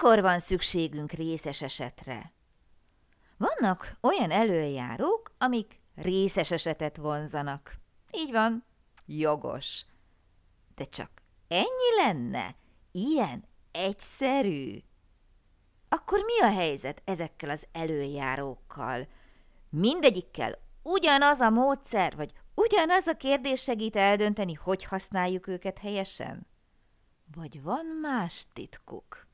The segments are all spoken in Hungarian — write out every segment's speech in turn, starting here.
Mikor van szükségünk részes esetre? Vannak olyan elöljárók, amik részes esetet vonzanak. Így van, jogos. De csak ennyi lenne? Ilyen egyszerű? Akkor mi a helyzet ezekkel az elöljárókkal? Mindegyikkel ugyanaz a módszer, vagy ugyanaz a kérdés segít eldönteni, hogy használjuk őket helyesen? Vagy van más titkuk?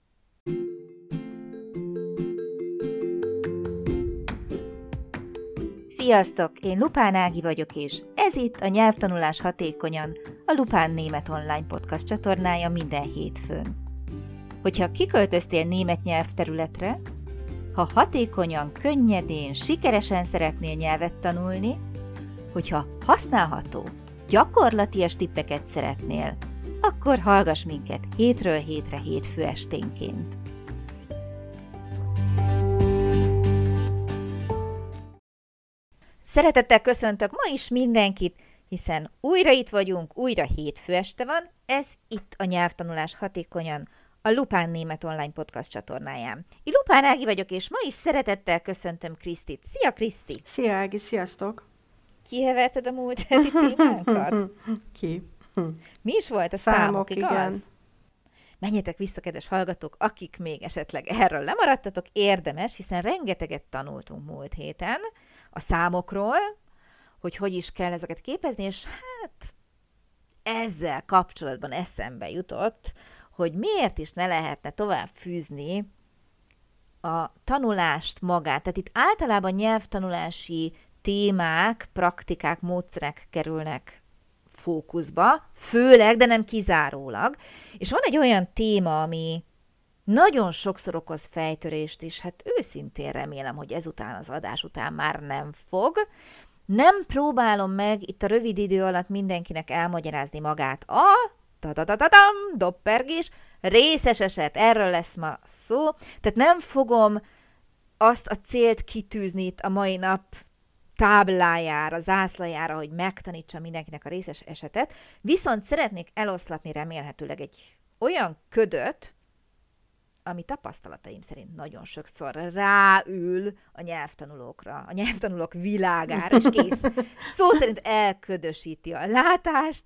Sziasztok! Én Lupán Ági vagyok, és ez itt a Nyelvtanulás hatékonyan, a Lupán Német Online Podcast csatornája minden hétfőn. Hogyha kiköltöztél német nyelvterületre, ha hatékonyan, könnyedén, sikeresen szeretnél nyelvet tanulni, hogyha használható, gyakorlatias tippeket szeretnél, akkor hallgass minket hétről hétre hétfő esténként. Szeretettel köszöntök ma is mindenkit, hiszen újra itt vagyunk, újra hétfő este van, ez itt a Nyelvtanulás hatékonyan, a Lupán Német Online Podcast csatornáján. Én Lupán Ági vagyok, és ma is szeretettel köszöntöm Krisztit. Szia, Kriszti! Szia, Ági, sziasztok! Kiheverted a múlt heti témánkat? Ki? Mi is volt a számok, igaz? Igen. Menjetek vissza, kedves hallgatók, akik még esetleg erről lemaradtatok, érdemes, hiszen rengeteget tanultunk múlt héten a számokról, hogy is kell ezeket képezni, és hát ezzel kapcsolatban eszembe jutott, hogy miért is ne lehetne tovább fűzni a tanulást magát. Tehát itt általában nyelvtanulási témák, praktikák, módszerek kerülnek fókuszba, főleg, de nem kizárólag. És van egy olyan téma, ami nagyon sokszor okoz fejtörést is, hát őszintén remélem, hogy ezután az adás után már nem fog. Nem próbálom meg itt a rövid idő alatt mindenkinek elmagyarázni magát a doppergés, részes eset, erről lesz ma szó. Tehát nem fogom azt a célt kitűzni itt a mai nap táblájára, zászlajára, hogy megtanítsam mindenkinek a részes esetet, viszont szeretnék eloszlatni remélhetőleg egy olyan ködöt, ami tapasztalataim szerint nagyon sokszor ráül a nyelvtanulókra, a nyelvtanulók világára, és kész. Szó szerint elködösíti a látást,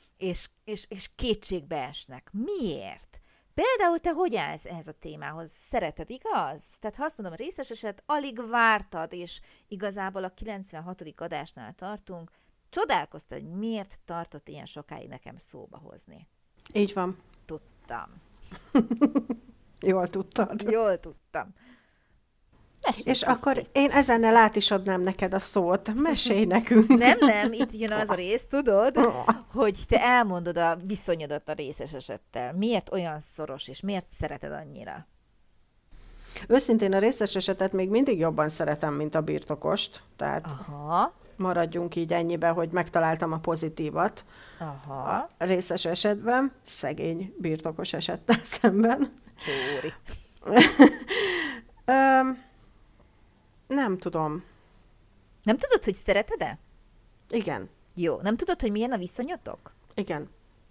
és kétségbe esnek. Miért? Például te hogy állsz ehhez a témához? Szereted, igaz? Tehát ha azt mondom, a részes eset, alig vártad, és igazából a 96. adásnál tartunk, csodálkoztad, hogy miért tartott ilyen sokáig nekem szóba hozni. Így van. Tudtam. Jól tudtad. Jól tudtam. Mesélj, és akkor én ezennel át is adnám neked a szót. Mesélj nekünk. Nem, itt jön az a rész, tudod, hogy te elmondod a viszonyodat a részes esettel. Miért olyan szoros, és miért szereted annyira? Őszintén a részes esetet még mindig jobban szeretem, mint a birtokost. Tehát maradjunk így ennyibe, hogy megtaláltam a pozitívat. A részes esetben, szegény birtokos esettel szemben. Csóri. Nem tudom. Nem tudod, hogy szereted-e? Igen. Jó. Nem tudod, hogy milyen a viszonyotok? Igen.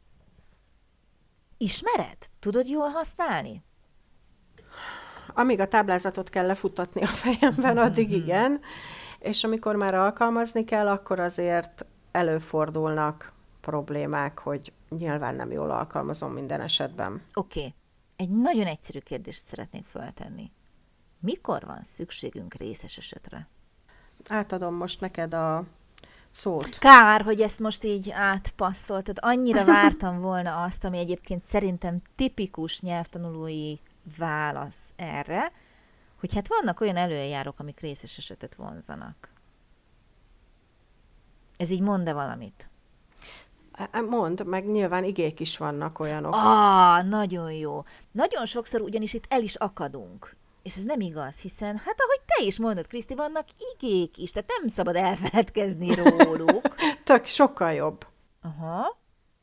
Ismered? Tudod jól használni? Amíg a táblázatot kell lefuttatni a fejemben, addig igen. És amikor már alkalmazni kell, akkor azért előfordulnak problémák, hogy nyilván nem jól alkalmazom minden esetben. Oké. Egy nagyon egyszerű kérdést szeretnék föltenni. Mikor van szükségünk részes esetre? Átadom most neked a szót. Kár, hogy ezt most így átpasszoltad. Annyira vártam volna azt, ami egyébként szerintem tipikus nyelvtanulói válasz erre, hogy hát vannak olyan előjárók, amik részes esetet vonzanak. Ez így mond-e valamit? Mondd, meg nyilván igék is vannak olyanok. Nagyon jó. Nagyon sokszor ugyanis itt el is akadunk. És ez nem igaz, hiszen, hát ahogy te is mondod, Kriszti, vannak igék is, tehát nem szabad elfeledkezni róluk. Tök, sokkal jobb. Aha.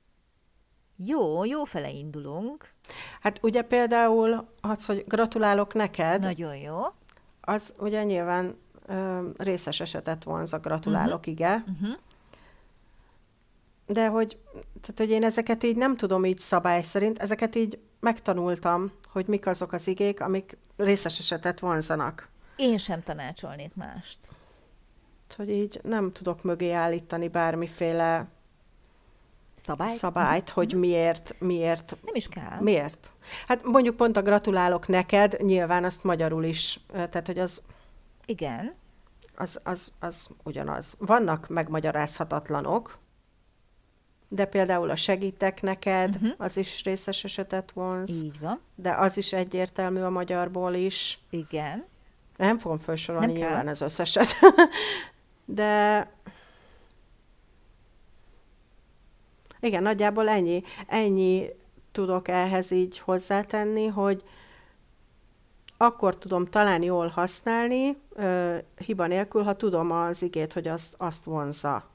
Jó fele indulunk. Hát ugye például az, hogy gratulálok neked. Nagyon jó. Az ugye nyilván részes esetet vonz a gratulálok, ige. De hogy én ezeket így nem tudom így szabály szerint, ezeket így megtanultam, hogy mik azok az igék, amik részes esetet vonzanak. Én sem tanácsolnék mást. Hogy így nem tudok mögé állítani bármiféle szabályt, hogy miért. Nem is kell. Miért? Hát mondjuk pont a gratulálok neked, nyilván azt magyarul is, tehát hogy az... Igen. Az ugyanaz. Vannak megmagyarázhatatlanok, de például a segítek neked, az is részes esetet vonz. Így van. De az is egyértelmű a magyarból is. Igen. Nem fogom felsorolni nyilván az összeset. De igen, nagyjából ennyi tudok ehhez így hozzátenni, hogy akkor tudom talán jól használni, hiba nélkül, ha tudom az igét, hogy azt vonzza.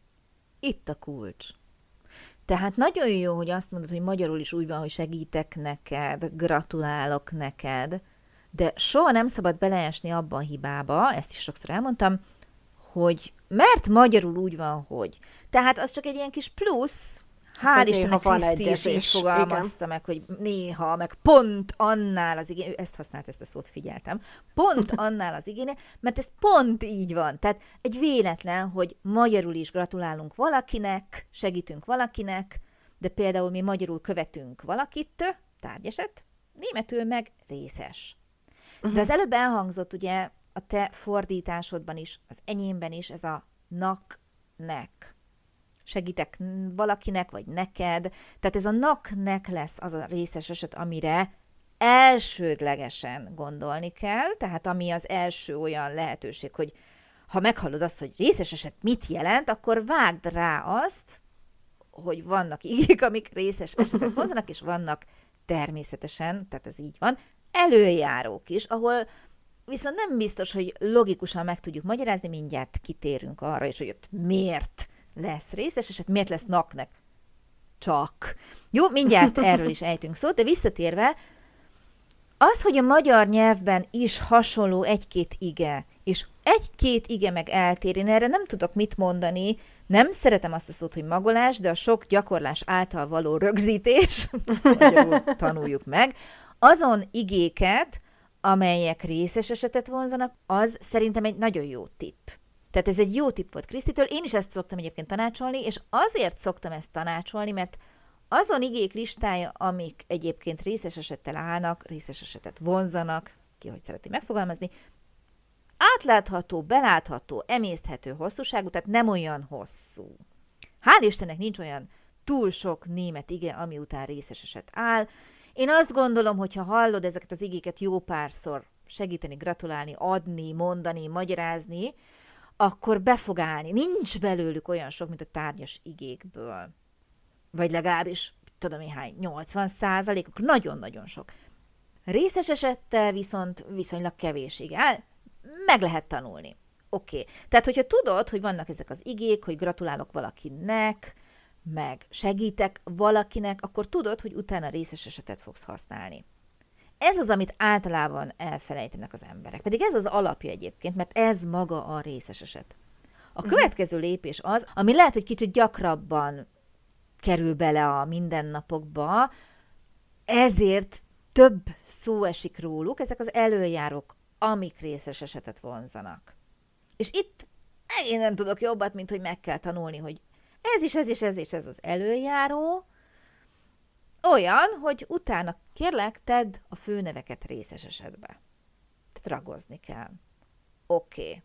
Itt a kulcs. Tehát nagyon jó, hogy azt mondod, hogy magyarul is úgy van, hogy segítek neked, gratulálok neked, de soha nem szabad beleesni abba a hibába, ezt is sokszor elmondtam, hogy mert magyarul úgy van, hogy. Tehát az csak egy ilyen kis plusz, hál' Istennek Kriszti is így fogalmazta meg, hogy néha, meg pont annál az igény, ezt használt, ezt a szót figyeltem, pont annál az igény, mert ez pont így van. Tehát egy véletlen, hogy magyarul is gratulálunk valakinek, segítünk valakinek, de például mi magyarul követünk valakit, tárgyeset, németül meg részes. De az előbb elhangzott ugye a te fordításodban is, az enyémben is, ez a nak-nek. Segítek valakinek, vagy neked. Tehát ez a nak-nek lesz az a részes eset, amire elsődlegesen gondolni kell, tehát ami az első olyan lehetőség, hogy ha meghallod azt, hogy részes eset mit jelent, akkor vágd rá azt, hogy vannak igék, amik részes esetet hozzanak, és vannak természetesen, tehát ez így van, előjárók is, ahol viszont nem biztos, hogy logikusan meg tudjuk magyarázni, mindjárt kitérünk arra, és hogy ott miért lesz részes eset, miért lesz naknek csak. Jó, mindjárt erről is ejtünk szót, de visszatérve, az, hogy a magyar nyelvben is hasonló egy-két ige, és egy-két ige meg eltér, én erre nem tudok mit mondani, nem szeretem azt a szót, hogy magolás, de a sok gyakorlás által való rögzítés, magyarul tanuljuk meg, azon igéket, amelyek részes esetet vonzanak, az szerintem egy nagyon jó tipp. Tehát ez egy jó tipp volt Krisztitől, én is ezt szoktam egyébként tanácsolni, és azért szoktam ezt tanácsolni, mert azon igék listája, amik egyébként részes esettel állnak, részes esetet vonzanak, ki hogy szereti megfogalmazni, átlátható, belátható, emészthető hosszúságú, tehát nem olyan hosszú. Hál' Istennek nincs olyan túl sok német ige, ami után részes eset áll. Én azt gondolom, hogy ha hallod ezeket az igéket jó párszor segíteni, gratulálni, adni, mondani, magyarázni, akkor be fog állni. Nincs belőlük olyan sok, mint a tárgyas igékből. Vagy legalábbis, tudom én hány, 80%, nagyon-nagyon sok. Részes esettel viszont viszonylag kevés ige áll, meg lehet tanulni. Oké. Tehát, hogyha tudod, hogy vannak ezek az igék, hogy gratulálok valakinek, meg segítek valakinek, akkor tudod, hogy utána részes esetet fogsz használni. Ez az, amit általában elfelejtenek az emberek. Pedig ez az alapja egyébként, mert ez maga a részes eset. A következő lépés az, ami lehet, hogy kicsit gyakrabban kerül bele a mindennapokba, ezért több szó esik róluk, ezek az előjárók, amik részes esetet vonzanak. És itt én nem tudok jobbat, mint hogy meg kell tanulni, hogy ez az előjáró, olyan, hogy utána kérlek, tedd a főneveket részes esetbe. Tehát ragozni kell. Oké.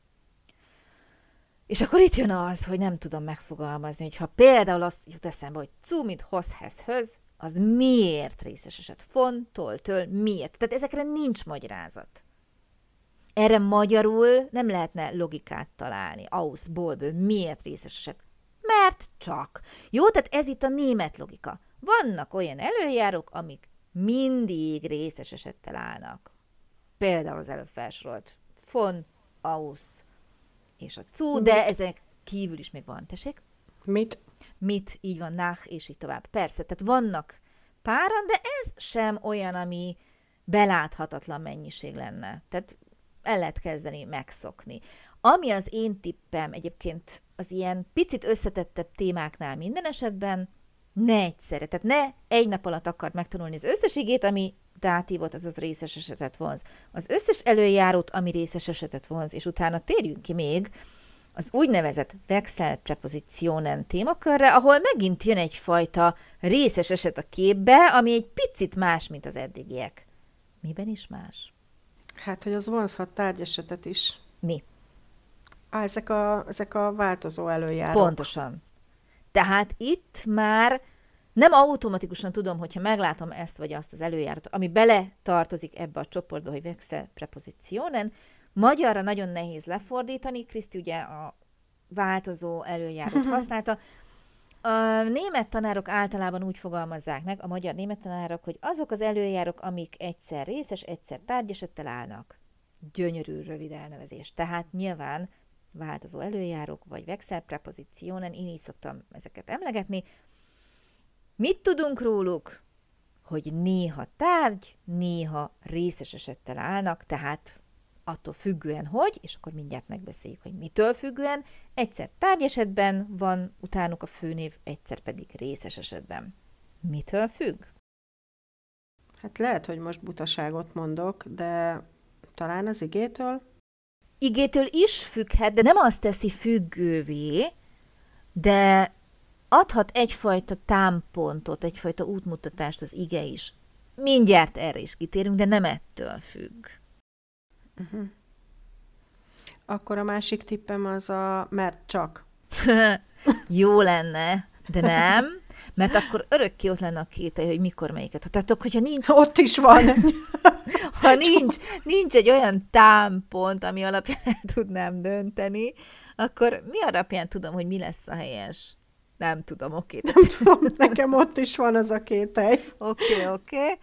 És akkor itt jön az, hogy nem tudom megfogalmazni, hogy ha például azt jut eszembe, hogy zu mit höz, az miért részes eset? Fontól, miért? Tehát ezekre nincs magyarázat. Erre magyarul nem lehetne logikát találni. Aus, bolből, miért részes eset? Mert csak. Jó, tehát ez itt a német logika. Vannak olyan előjárók, amik mindig részes esettel állnak. Például az előbb felsorolt von, aus és a zu, de ezek kívül is még van. Tessék? Mit, így van, nach, és így tovább. Persze, tehát vannak páran, de ez sem olyan, ami beláthatatlan mennyiség lenne. Tehát el lehet kezdeni megszokni. Ami az én tippem egyébként az ilyen picit összetettebb témáknál minden esetben, ne egyszerre, tehát ne egy nap alatt akard megtanulni az összes igét, ami dátívot, azaz részes esetet vonz. Az összes előjárót, ami részes esetet vonz, és utána térjünk ki még az úgynevezett Wechsel Präpositionen témakörre, ahol megint jön egyfajta részes eset a képbe, ami egy picit más, mint az eddigiek. Miben is más? Hát, hogy az vonzhat tárgyesetet is. Mi? Ezek a változó előjárók. Pontosan. Tehát itt már nem automatikusan tudom, hogyha meglátom ezt vagy azt az előjárót, ami bele tartozik ebbe a csoportba, hogy Wechsel Präpositionen. Magyarra nagyon nehéz lefordítani. Kriszti ugye a változó előjárót használta. A német tanárok általában úgy fogalmazzák meg, a magyar német tanárok, hogy azok az előjárók, amik egyszer részes, egyszer tárgyesettel állnak. Gyönyörű rövid elnevezés. Tehát nyilván változó előjárók, vagy Wechsel Präpositionen, én így szoktam ezeket emlegetni. Mit tudunk róluk? Hogy néha tárgy, néha részes esettel állnak, tehát attól függően, hogy, és akkor mindjárt megbeszéljük, hogy mitől függően, egyszer tárgyesetben van utánuk a főnév, egyszer pedig részes esetben. Mitől függ? Hát lehet, hogy most butaságot mondok, de talán az igétől? Igétől is függhet, de nem azt teszi függővé, de adhat egyfajta támpontot, egyfajta útmutatást az ige is. Mindjárt erre is kitérünk, de nem ettől függ. Uh-huh. Akkor a másik tippem az a mert csak. Jó lenne, de nem, mert akkor örökké ott lenne a kételj, hogy mikor melyiket. Tehát hogyha nincs... Ott is van. Ha nincs egy olyan támpont, ami alapján el tudnám dönteni, akkor mi alapján tudom, hogy mi lesz a helyes? Nem tudom, oké. Nem tudom, nekem ott is van az a kételj. Oké.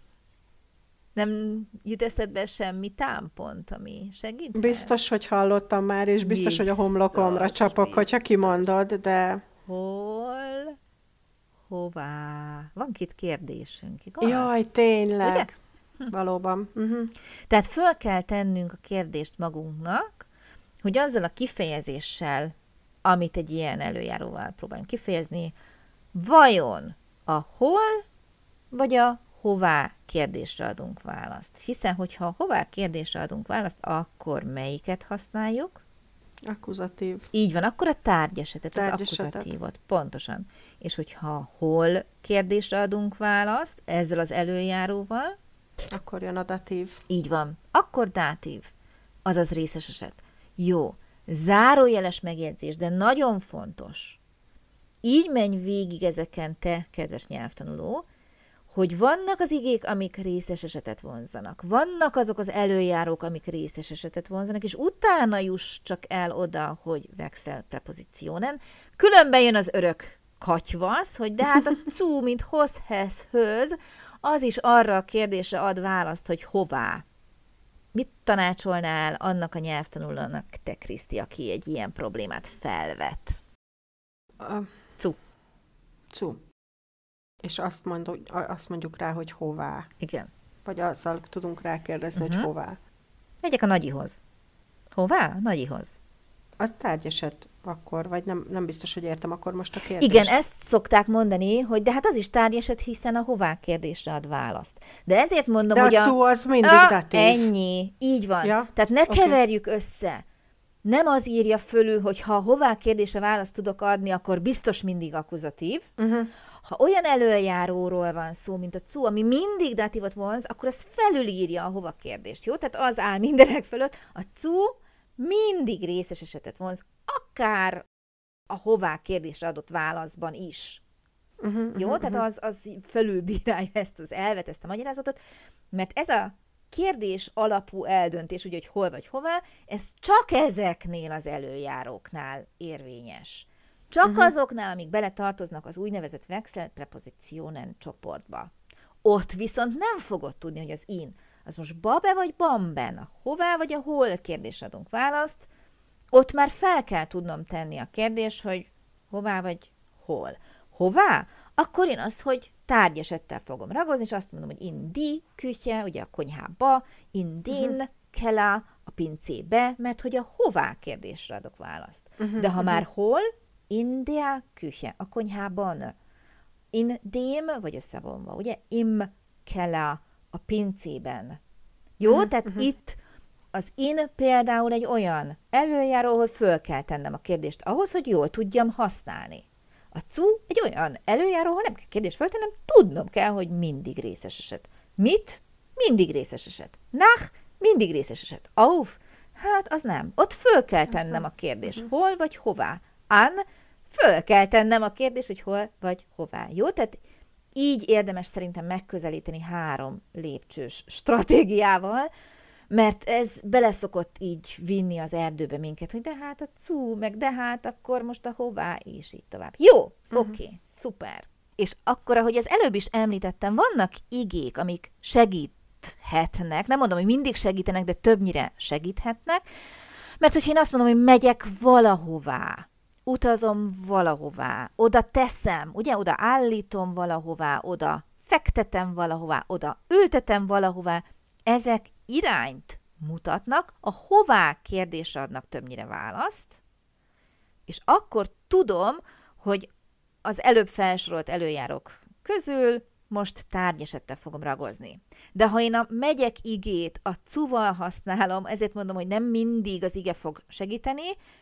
Nem jut eszedbe semmi támpont, ami segít? Biztos, hogy hallottam már, és biztos hogy a homlokomra csapok, hogyha kimondod, de... Hol? Hová? Van 2 kérdésünk, igaz? Jaj, tényleg. Ugye? Valóban. Uh-huh. Tehát föl kell tennünk a kérdést magunknak, hogy azzal a kifejezéssel, amit egy ilyen előjáróval próbálunk kifejezni, vajon a hol vagy a hová kérdésre adunk választ. Hiszen, hogyha a hová kérdésre adunk választ, akkor melyiket használjuk? Akkuzatív. Így van, akkor a tárgyesetet, az akkuzatívot. Pontosan. És hogyha hol kérdésre adunk választ ezzel az előjáróval, akkor jön a datív. Így van. Akkor dátív. Azaz részes eset. Jó. Zárójeles megjegyzés, de nagyon fontos. Így menj végig ezeken te, kedves nyelvtanuló, hogy vannak az igék, amik részes esetet vonzanak. Vannak azok az előjárók, amik részes esetet vonzanak, és utána juss csak el oda, hogy Wechsel Präpositionen. Különben jön az örök katyvasz, hogy de hát a zu, mint hoz, höz, az is arra a kérdésre ad választ, hogy hová. Mit tanácsolnál annak a nyelvtanulónak, te Kriszti, aki egy ilyen problémát felvet? Zu. És azt mondjuk rá, hogy hová. Igen. Vagy azzal tudunk rákérdezni, hogy hová. Megyek a nagyihoz. Hová? Nagyihoz. Az tárgyeset akkor, vagy nem biztos, hogy értem akkor most a kérdést. Igen, ezt szokták mondani, hogy de hát az is tárgyeset, hiszen a hová kérdésre ad választ. De ezért mondom, de hogy a cu az mindig datív. Ennyi. Így van. Ja? Tehát ne keverjük össze. Nem az írja fölül, hogy ha a hová kérdésre választ tudok adni, akkor biztos mindig akkuzatív. Ha olyan előjáróról van szó, mint a cu, ami mindig datívot vonz, akkor ez felülírja a hova kérdést, jó? Tehát az áll mindenek fölött. A cu mindig részes esetet vonz, akár a hová kérdésre adott válaszban is. Jó? Tehát az felülbírálja ezt az elvet, ezt a magyarázatot, mert ez a kérdés alapú eldöntés, ugye, hogy hol vagy hová, ez csak ezeknél az előjáróknál érvényes. Csak azoknál, amik beletartoznak az úgynevezett Wechsel Präpositionen csoportba. Ott viszont nem fogod tudni, hogy az in, az most babe vagy bamben, a hová vagy a hol kérdésre adunk választ, ott már fel kell tudnom tenni a kérdés, hogy hová vagy hol. Hová? Akkor én azt, hogy tárgyesettel fogom ragozni, és azt mondom, hogy in die Küche, ugye a konyhába, in den Keller, a pincébe, mert hogy a hová kérdésre adok választ. De ha már hol, in der Küche, a konyhában, in dem, vagy összevonva, ugye, im Keller, a pincében. Jó, tehát itt az in például egy olyan előjáró, ahol föl kell tennem a kérdést ahhoz, hogy jól tudjam használni. A zu egy olyan előjáró, ahol nem kell kérdést föltennem, tudnom kell, hogy mindig részes eset. Mit? Mindig részes eset. Nach? Mindig részes eset. Auf? Hát az nem. Ott föl kell tennem a kérdést. Hol vagy hová? An? Föl kell tennem a kérdést, hogy hol vagy hová. Jó? Tehát így érdemes szerintem megközelíteni 3 lépcsős stratégiával, mert ez beleszokott így vinni az erdőbe minket, hogy de hát a cu, meg de hát akkor most a hová, és így tovább. Jó, oké, szuper. És akkor, ahogy az előbb is említettem, vannak igék, amik segíthetnek, nem mondom, hogy mindig segítenek, de többnyire segíthetnek, mert hogyha én azt mondom, hogy megyek valahová, utazom valahová, oda teszem, ugye, oda állítom valahová, oda fektetem valahová, oda ültetem valahová, ezek irányt mutatnak, a hová kérdésre adnak többnyire választ, és akkor tudom, hogy az előbb felsorolt előjárók közül most tárgyesettel fogom ragozni. De ha én a megyek igét a cuval használom, ezért mondom, hogy nem mindig az ige fog segíteni,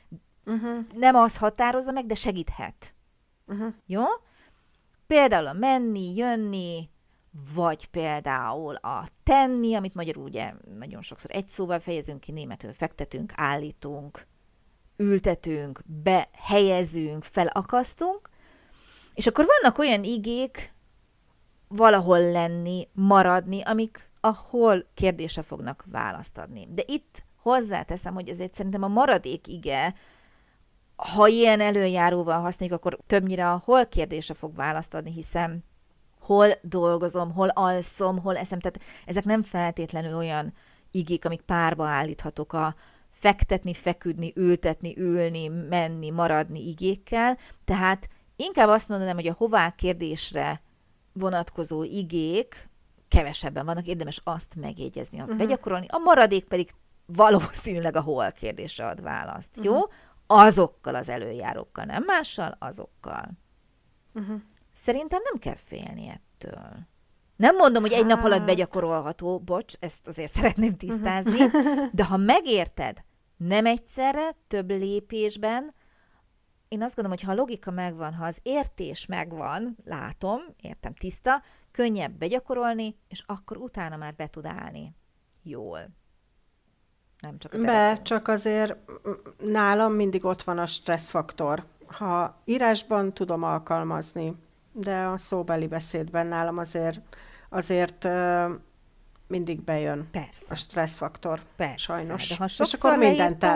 nem az határozza meg, de segíthet. Jó? Például a menni, jönni, vagy például a tenni, amit magyarul ugye nagyon sokszor egy szóval fejezünk ki, németül fektetünk, állítunk, ültetünk, behelyezünk, felakasztunk, és akkor vannak olyan igék, valahol lenni, maradni, amik a hol kérdésre fognak választ adni. De itt hozzáteszem, hogy ezért szerintem a maradék ige, ha ilyen előjáróval használjuk, akkor többnyire a hol kérdésre fog választ adni, hiszen hol dolgozom, hol alszom, hol eszem, tehát ezek nem feltétlenül olyan igék, amik párba állíthatók a fektetni, feküdni, ültetni, ülni, menni, maradni igékkel, tehát inkább azt mondanám, hogy a hová kérdésre vonatkozó igék kevesebben vannak, érdemes azt megjegyezni, azt begyakorolni, a maradék pedig valószínűleg a hol kérdésre ad választ, jó? Azokkal az előjárókkal, nem mással, azokkal. Szerintem nem kell félni ettől. Nem mondom, hogy egy nap alatt begyakorolható, bocs, ezt azért szeretném tisztázni, de ha megérted, nem egyszerre, több lépésben, én azt gondolom, hogy ha a logika megvan, ha az értés megvan, látom, értem, tiszta, könnyebb begyakorolni, és akkor utána már be tud állni. Jól. Nem csak csak azért nálam mindig ott van a stresszfaktor. Ha írásban tudom alkalmazni, de a szóbeli beszédben nálam azért mindig bejön a stresszfaktor. Persze, sajnos. De ha és akkor mindent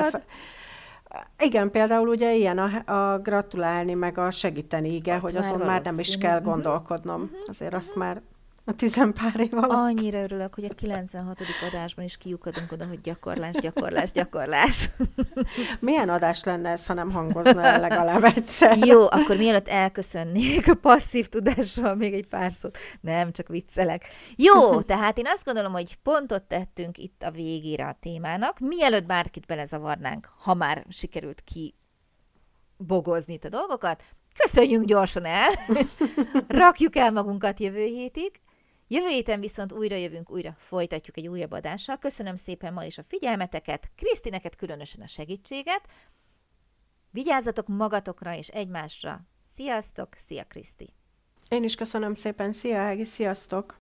Igen, például ugye ilyen a gratulálni, meg a segíteni ige, hogy azon már nem is kell gondolkodnom. Azért azt már a 10 pár év alatt. Annyira örülök, hogy a 96. adásban is kiukadunk oda, hogy gyakorlás, gyakorlás, gyakorlás. Milyen adás lenne ez, ha nem hangozna el legalább egyszer? Jó, akkor mielőtt elköszönnék a passzív tudással még egy pár szót. Nem, csak viccelek. Jó, tehát én azt gondolom, hogy pontot tettünk itt a végére a témának. Mielőtt bárkit belezavarnánk, ha már sikerült kibogozni itt a dolgokat, köszönjünk gyorsan el, rakjuk el magunkat jövő hétig. Jövő héten viszont újra jövünk, újra folytatjuk egy újabb adással. Köszönöm szépen ma is a figyelmeteket, Kriszti, neked különösen a segítséget. Vigyázzatok magatokra és egymásra. Sziasztok, szia Kriszti! Én is köszönöm szépen, szia Ági, sziasztok!